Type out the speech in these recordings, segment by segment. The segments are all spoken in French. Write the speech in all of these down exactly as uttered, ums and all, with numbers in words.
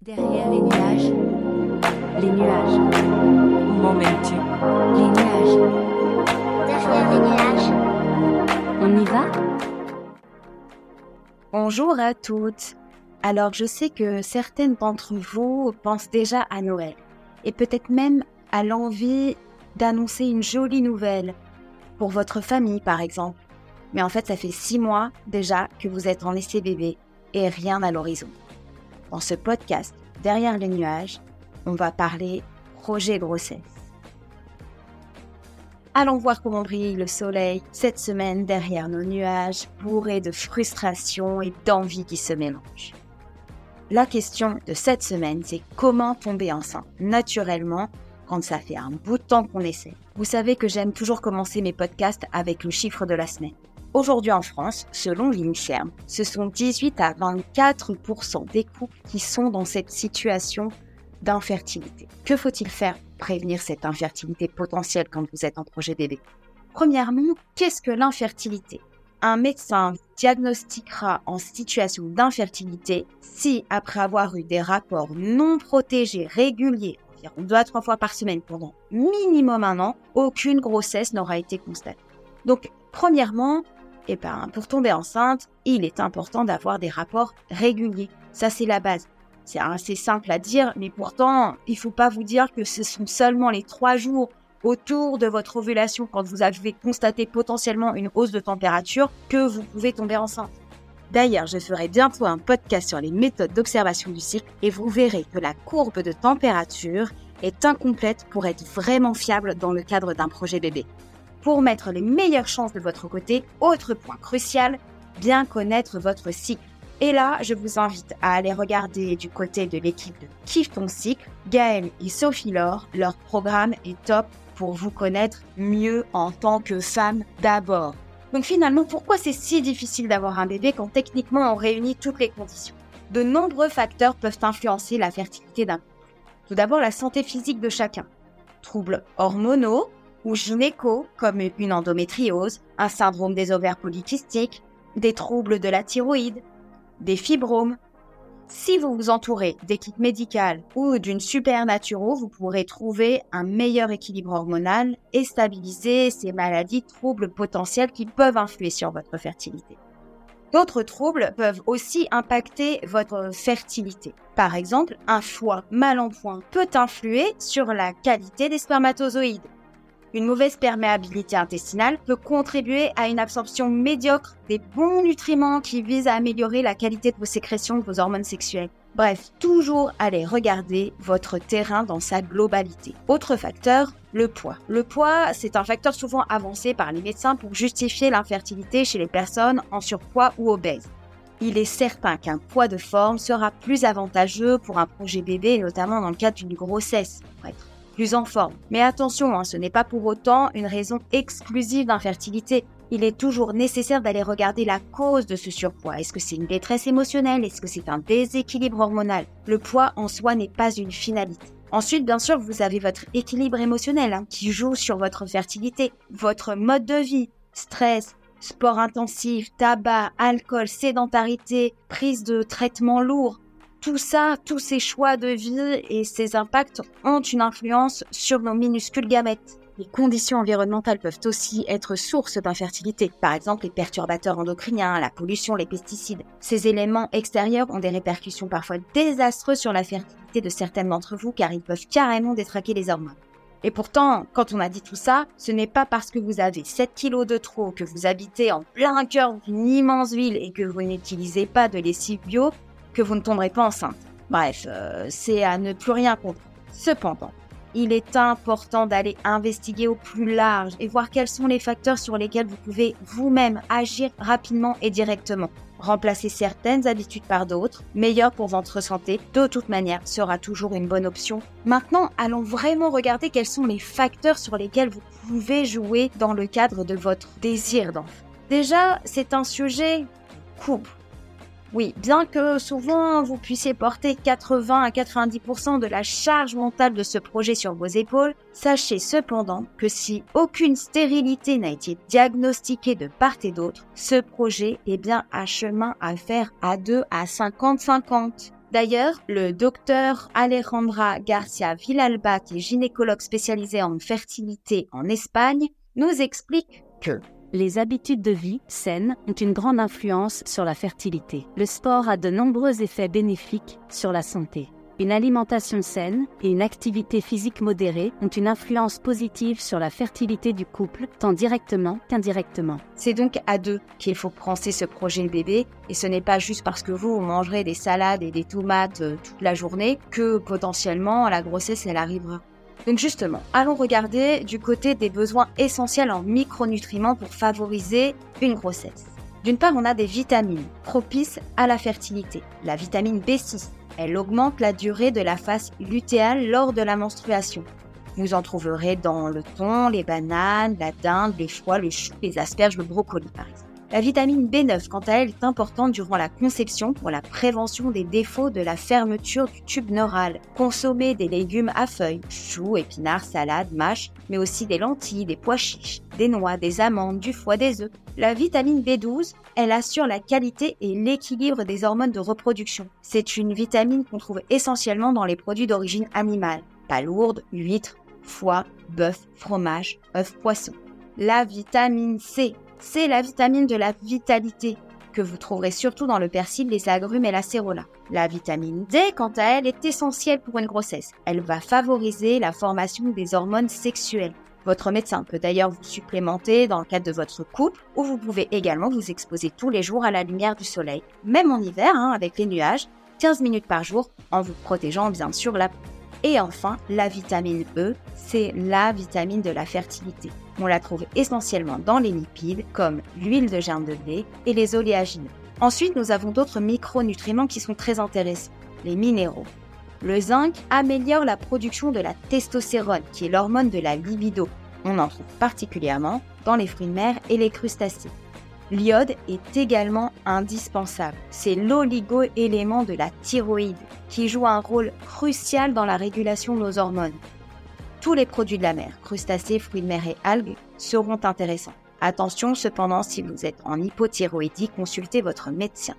Derrière les nuages, les nuages. Où m'emmènes-tu? Les nuages. Derrière les nuages. On y va? Bonjour à toutes. Alors, je sais que certaines d'entre vous pensent déjà à Noël et peut-être même à l'envie d'annoncer une jolie nouvelle pour votre famille, par exemple. Mais en fait, ça fait six mois déjà que vous êtes en laissé bébé et rien à l'horizon. Dans ce podcast, Derrière les nuages, on va parler projet grossesse. Allons voir comment brille le soleil cette semaine derrière nos nuages, bourrés de frustration et d'envie qui se mélangent. La question de cette semaine, c'est comment tomber enceinte naturellement quand ça fait un bout de temps qu'on essaie. Vous savez que j'aime toujours commencer mes podcasts avec le chiffre de la semaine. Aujourd'hui en France, selon l'INSERM, ce sont dix-huit à vingt-quatre pour cent des couples qui sont dans cette situation d'infertilité. Que faut-il faire pour prévenir cette infertilité potentielle quand vous êtes en projet bébé? Premièrement, qu'est-ce que l'infertilité? Un médecin vous diagnostiquera en situation d'infertilité si, après avoir eu des rapports non protégés réguliers, environ deux à trois fois par semaine pendant minimum un an, aucune grossesse n'aura été constatée. Donc, premièrement, eh ben, pour tomber enceinte, il est important d'avoir des rapports réguliers. Ça, c'est la base. C'est assez simple à dire, mais pourtant, il ne faut pas vous dire que ce sont seulement les trois jours autour de votre ovulation, quand vous avez constaté potentiellement une hausse de température, que vous pouvez tomber enceinte. D'ailleurs, je ferai bientôt un podcast sur les méthodes d'observation du cycle et vous verrez que la courbe de température est incomplète pour être vraiment fiable dans le cadre d'un projet bébé. Pour mettre les meilleures chances de votre côté, autre point crucial, bien connaître votre cycle. Et là, je vous invite à aller regarder du côté de l'équipe de Kiffe ton cycle, Gaëlle et Sophie Laure, leur programme est top pour vous connaître mieux en tant que femme d'abord. Donc finalement, pourquoi c'est si difficile d'avoir un bébé quand techniquement on réunit toutes les conditions? De nombreux facteurs peuvent influencer la fertilité d'un couple. Tout d'abord, la santé physique de chacun. Troubles hormonaux ou gynéco, comme une endométriose, un syndrome des ovaires polykystiques, des troubles de la thyroïde, des fibromes. Si vous vous entourez d'équipes médicales ou d'une super naturo, vous pourrez trouver un meilleur équilibre hormonal et stabiliser ces maladies, troubles potentiels qui peuvent influer sur votre fertilité. D'autres troubles peuvent aussi impacter votre fertilité. Par exemple, un foie mal en point peut influer sur la qualité des spermatozoïdes. Une mauvaise perméabilité intestinale peut contribuer à une absorption médiocre des bons nutriments qui visent à améliorer la qualité de vos sécrétions de vos hormones sexuelles. Bref, toujours aller regarder votre terrain dans sa globalité. Autre facteur, le poids. Le poids, c'est un facteur souvent avancé par les médecins pour justifier l'infertilité chez les personnes en surpoids ou obèses. Il est certain qu'un poids de forme sera plus avantageux pour un projet bébé, notamment dans le cadre d'une grossesse, pour être plus en forme. Mais attention, hein, ce n'est pas pour autant une raison exclusive d'infertilité. Il est toujours nécessaire d'aller regarder la cause de ce surpoids. Est-ce que c'est une détresse émotionnelle? Est-ce que c'est un déséquilibre hormonal? Le poids en soi n'est pas une finalité. Ensuite, bien sûr, vous avez votre équilibre émotionnel hein, qui joue sur votre fertilité, votre mode de vie, stress, sport intensif, tabac, alcool, sédentarité, prise de traitements lourds. Tout ça, tous ces choix de vie et ces impacts ont une influence sur nos minuscules gamètes. Les conditions environnementales peuvent aussi être source d'infertilité. Par exemple, les perturbateurs endocriniens, la pollution, les pesticides. Ces éléments extérieurs ont des répercussions parfois désastreuses sur la fertilité de certaines d'entre vous car ils peuvent carrément détraquer les hormones. Et pourtant, quand on a dit tout ça, ce n'est pas parce que vous avez sept kilos de trop, que vous habitez en plein cœur d'une immense ville et que vous n'utilisez pas de lessive bio que vous ne tomberez pas enceinte. Bref, euh, c'est à ne plus rien comprendre. Cependant, il est important d'aller investiguer au plus large et voir quels sont les facteurs sur lesquels vous pouvez vous-même agir rapidement et directement. Remplacer certaines habitudes par d'autres, meilleures pour votre santé, de toute manière, sera toujours une bonne option. Maintenant, allons vraiment regarder quels sont les facteurs sur lesquels vous pouvez jouer dans le cadre de votre désir d'enfant. Déjà, c'est un sujet couple. Oui, bien que souvent vous puissiez porter quatre-vingts à quatre-vingt-dix pour cent de la charge mentale de ce projet sur vos épaules, sachez cependant que si aucune stérilité n'a été diagnostiquée de part et d'autre, ce projet est bien un chemin à faire à deux à cinquante cinquante. D'ailleurs, le docteur Alejandra Garcia Villalba, qui est gynécologue spécialisée en fertilité en Espagne, nous explique que les habitudes de vie saines ont une grande influence sur la fertilité. Le sport a de nombreux effets bénéfiques sur la santé. Une alimentation saine et une activité physique modérée ont une influence positive sur la fertilité du couple, tant directement qu'indirectement. C'est donc à deux qu'il faut penser ce projet bébé, et ce n'est pas juste parce que vous, vous mangerez des salades et des tomates euh, toute la journée que potentiellement la grossesse elle arrivera. Donc justement, allons regarder du côté des besoins essentiels en micronutriments pour favoriser une grossesse. D'une part, on a des vitamines propices à la fertilité. La vitamine B six, elle augmente la durée de la phase lutéale lors de la menstruation. Vous en trouverez dans le thon, les bananes, la dinde, les foies, le chou, les asperges, le brocoli par exemple. La vitamine B neuf, quant à elle, est importante durant la conception pour la prévention des défauts de la fermeture du tube neural. Consommez des légumes à feuilles, choux, épinards, salades, mâches, mais aussi des lentilles, des pois chiches, des noix, des amandes, du foie, des œufs. La vitamine B douze, elle assure la qualité et l'équilibre des hormones de reproduction. C'est une vitamine qu'on trouve essentiellement dans les produits d'origine animale. Palourdes, huîtres, foie, bœuf, fromage, œufs, poissons. La vitamine C, c'est la vitamine de la vitalité, que vous trouverez surtout dans le persil, les agrumes et la cérola. La vitamine D, quant à elle, est essentielle pour une grossesse. Elle va favoriser la formation des hormones sexuelles. Votre médecin peut d'ailleurs vous supplémenter dans le cadre de votre couple, ou vous pouvez également vous exposer tous les jours à la lumière du soleil, même en hiver, hein, avec les nuages, quinze minutes par jour, en vous protégeant bien sûr la peau. Et enfin, la vitamine E, c'est la vitamine de la fertilité. On la trouve essentiellement dans les lipides, comme l'huile de germe de blé et les oléagineux. Ensuite, nous avons d'autres micronutriments qui sont très intéressants, les minéraux. Le zinc améliore la production de la testostérone, qui est l'hormone de la libido. On en trouve particulièrement dans les fruits de mer et les crustacés. L'iode est également indispensable. C'est l'oligo-élément de la thyroïde qui joue un rôle crucial dans la régulation de nos hormones. Tous les produits de la mer, crustacés, fruits de mer et algues, seront intéressants. Attention cependant, si vous êtes en hypothyroïdie, consultez votre médecin.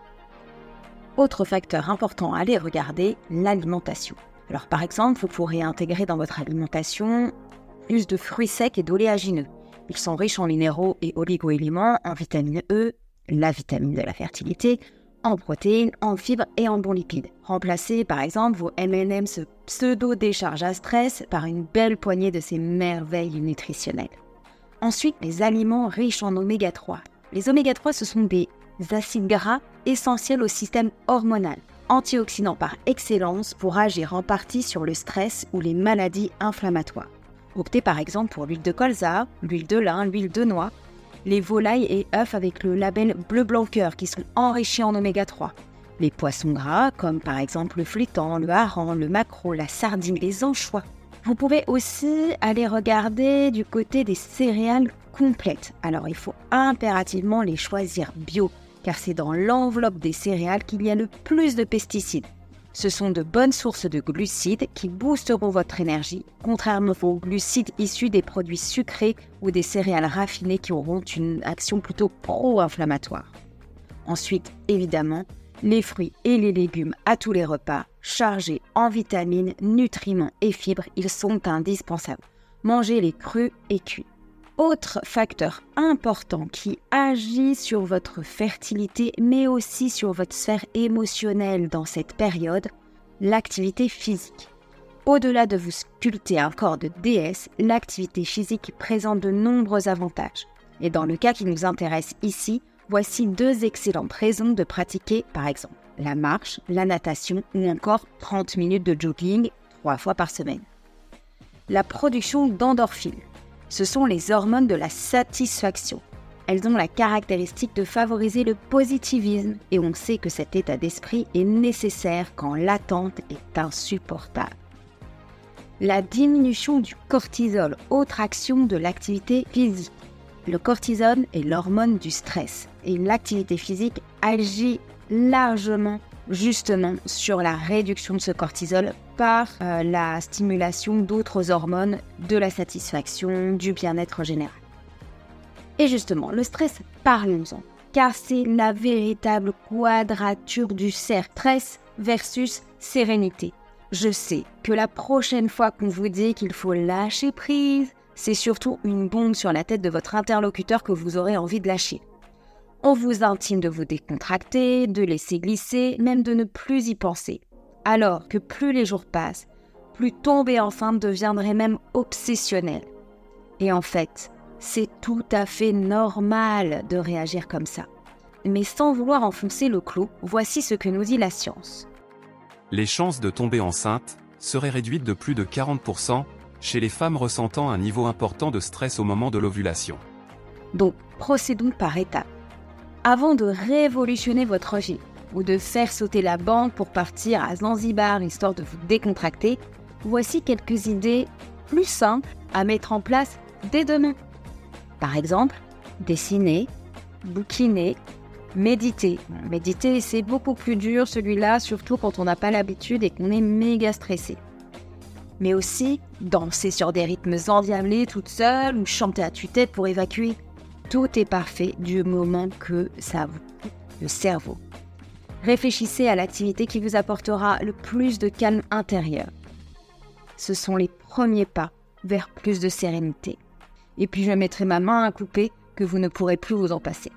Autre facteur important à aller regarder, l'alimentation. Alors par exemple, vous pourrez intégrer dans votre alimentation plus de fruits secs et d'oléagineux. Ils sont riches en minéraux et oligo-éléments, en vitamine E, la vitamine de la fertilité, en protéines, en fibres et en bons lipides. Remplacez par exemple vos M and M's pseudo-décharge à stress par une belle poignée de ces merveilles nutritionnelles. Ensuite, les aliments riches en oméga trois. Les oméga trois, ce sont des acides gras essentiels au système hormonal, antioxydants par excellence pour agir en partie sur le stress ou les maladies inflammatoires. Optez par exemple pour l'huile de colza, l'huile de lin, l'huile de noix, les volailles et œufs avec le label bleu blanc cœur qui sont enrichis en oméga trois. Les poissons gras comme par exemple le flétan, le hareng, le maquereau, la sardine, les anchois. Vous pouvez aussi aller regarder du côté des céréales complètes. Alors il faut impérativement les choisir bio car c'est dans l'enveloppe des céréales qu'il y a le plus de pesticides. Ce sont de bonnes sources de glucides qui boosteront votre énergie, contrairement aux glucides issus des produits sucrés ou des céréales raffinées qui auront une action plutôt pro-inflammatoire. Ensuite, évidemment, les fruits et les légumes à tous les repas, chargés en vitamines, nutriments et fibres, ils sont indispensables. Mangez-les crus et cuits. Autre facteur important qui agit sur votre fertilité, mais aussi sur votre sphère émotionnelle dans cette période, l'activité physique. Au-delà de vous sculpter un corps de déesse, l'activité physique présente de nombreux avantages. Et dans le cas qui nous intéresse ici, voici deux excellentes raisons de pratiquer, par exemple, la marche, la natation ou encore trente minutes de jogging trois fois par semaine. La production d'endorphines. Ce sont les hormones de la satisfaction. Elles ont la caractéristique de favoriser le positivisme et on sait que cet état d'esprit est nécessaire quand l'attente est insupportable. La diminution du cortisol, autre action de l'activité physique. Le cortisol est l'hormone du stress et l'activité physique agit largement justement sur la réduction de ce cortisol par euh, la stimulation d'autres hormones de la satisfaction, du bien-être général. Et justement, le stress, parlons-en, car c'est la véritable quadrature du cercle. Stress, versus sérénité. Je sais que la prochaine fois qu'on vous dit qu'il faut lâcher prise, c'est surtout une bombe sur la tête de votre interlocuteur que vous aurez envie de lâcher. On vous intime de vous décontracter, de laisser glisser, même de ne plus y penser. Alors que plus les jours passent, plus tomber enceinte deviendrait même obsessionnel. Et en fait, c'est tout à fait normal de réagir comme ça. Mais sans vouloir enfoncer le clou, voici ce que nous dit la science. Les chances de tomber enceinte seraient réduites de plus de quarante pour cent chez les femmes ressentant un niveau important de stress au moment de l'ovulation. Donc, procédons par étapes. Avant de révolutionner votre vie ou de faire sauter la banque pour partir à Zanzibar histoire de vous décontracter, voici quelques idées plus simples à mettre en place dès demain. Par exemple, dessiner, bouquiner, méditer. Méditer, c'est beaucoup plus dur celui-là, surtout quand on n'a pas l'habitude et qu'on est méga stressé. Mais aussi danser sur des rythmes endiablés toute seule ou chanter à tue-tête pour évacuer. Tout est parfait du moment que ça vous coupe le cerveau. Réfléchissez à l'activité qui vous apportera le plus de calme intérieur. Ce sont les premiers pas vers plus de sérénité. Et puis je mettrai ma main à couper que vous ne pourrez plus vous en passer.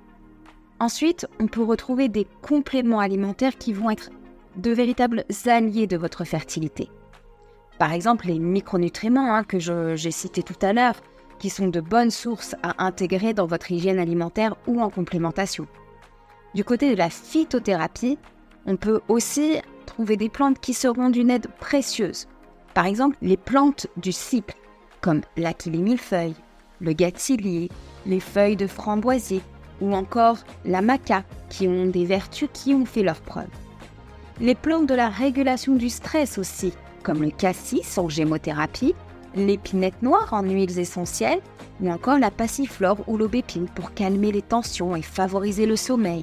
Ensuite, on peut retrouver des compléments alimentaires qui vont être de véritables alliés de votre fertilité. Par exemple, les micronutriments hein, que je, j'ai cités tout à l'heure, qui sont de bonnes sources à intégrer dans votre hygiène alimentaire ou en complémentation. Du côté de la phytothérapie, on peut aussi trouver des plantes qui seront d'une aide précieuse. Par exemple, les plantes du cycle, comme l'achillée millefeuille, le gatilier, les feuilles de framboisier ou encore la maca, qui ont des vertus qui ont fait leurs preuves. Les plantes de la régulation du stress aussi, comme le cassis en gémothérapie, l'épinette noire en huiles essentielles ou encore la passiflore ou l'aubépine pour calmer les tensions et favoriser le sommeil.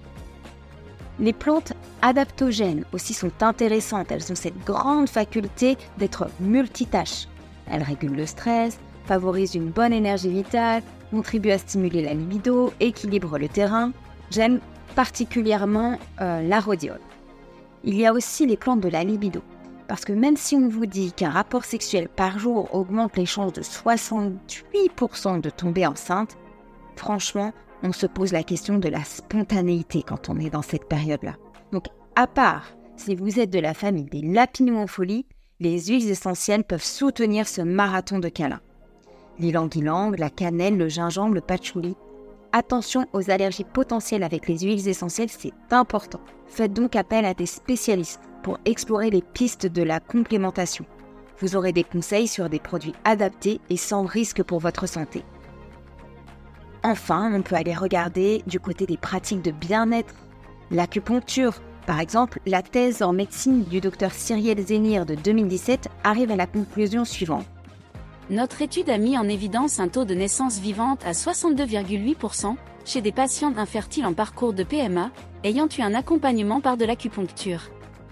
Les plantes adaptogènes aussi sont intéressantes, elles ont cette grande faculté d'être multitâches. Elles régulent le stress, favorisent une bonne énergie vitale, contribuent à stimuler la libido, équilibrent le terrain. J'aime particulièrement euh, la rhodiole. Il y a aussi les plantes de la libido. Parce que même si on vous dit qu'un rapport sexuel par jour augmente les chances de soixante-huit pour cent de tomber enceinte, franchement, on se pose la question de la spontanéité quand on est dans cette période-là. Donc, à part si vous êtes de la famille des lapinous en folie, les huiles essentielles peuvent soutenir ce marathon de câlins. L'ylang-ylang, la cannelle, le gingembre, le patchouli. Attention aux allergies potentielles avec les huiles essentielles, c'est important. Faites donc appel à des spécialistes pour explorer les pistes de la complémentation. Vous aurez des conseils sur des produits adaptés et sans risque pour votre santé. Enfin, on peut aller regarder du côté des pratiques de bien-être. L'acupuncture, par exemple, la thèse en médecine du docteur Cyrielle Zénir de deux mille dix-sept arrive à la conclusion suivante. Notre étude a mis en évidence un taux de naissance vivante à soixante-deux virgule huit pour cent chez des patientes infertiles en parcours de P M A, ayant eu un accompagnement par de l'acupuncture.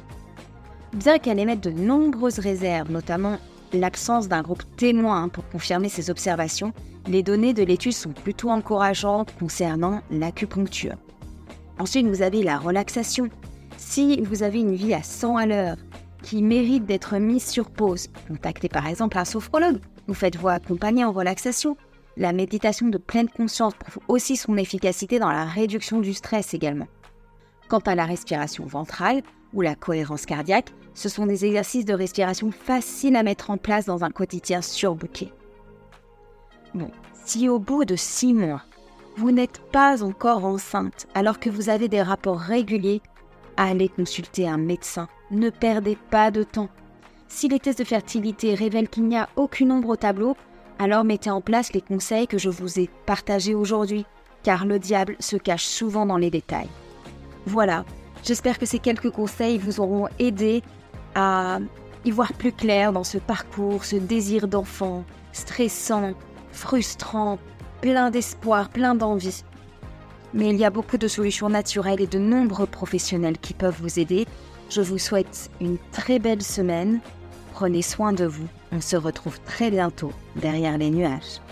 Bien qu'elle émette de nombreuses réserves, notamment l'absence d'un groupe témoin pour confirmer ces observations, les données de l'étude sont plutôt encourageantes concernant l'acupuncture. Ensuite, vous avez la relaxation. Si vous avez une vie à cent à l'heure qui mérite d'être mise sur pause, contactez par exemple un sophrologue. Vous faites-vous accompagner en relaxation. La méditation de pleine conscience prouve aussi son efficacité dans la réduction du stress également. Quant à la respiration ventrale ou la cohérence cardiaque, ce sont des exercices de respiration faciles à mettre en place dans un quotidien surbooké. Bon, si au bout de six mois, vous n'êtes pas encore enceinte alors que vous avez des rapports réguliers, allez consulter un médecin. Ne perdez pas de temps. Si les tests de fertilité révèlent qu'il n'y a aucune ombre au tableau, alors mettez en place les conseils que je vous ai partagés aujourd'hui, car le diable se cache souvent dans les détails. Voilà, j'espère que ces quelques conseils vous auront aidé à y voir plus clair dans ce parcours, ce désir d'enfant, stressant, frustrant, plein d'espoir, plein d'envie. Mais il y a beaucoup de solutions naturelles et de nombreux professionnels qui peuvent vous aider. Je vous souhaite une très belle semaine. Prenez soin de vous. On se retrouve très bientôt derrière les nuages.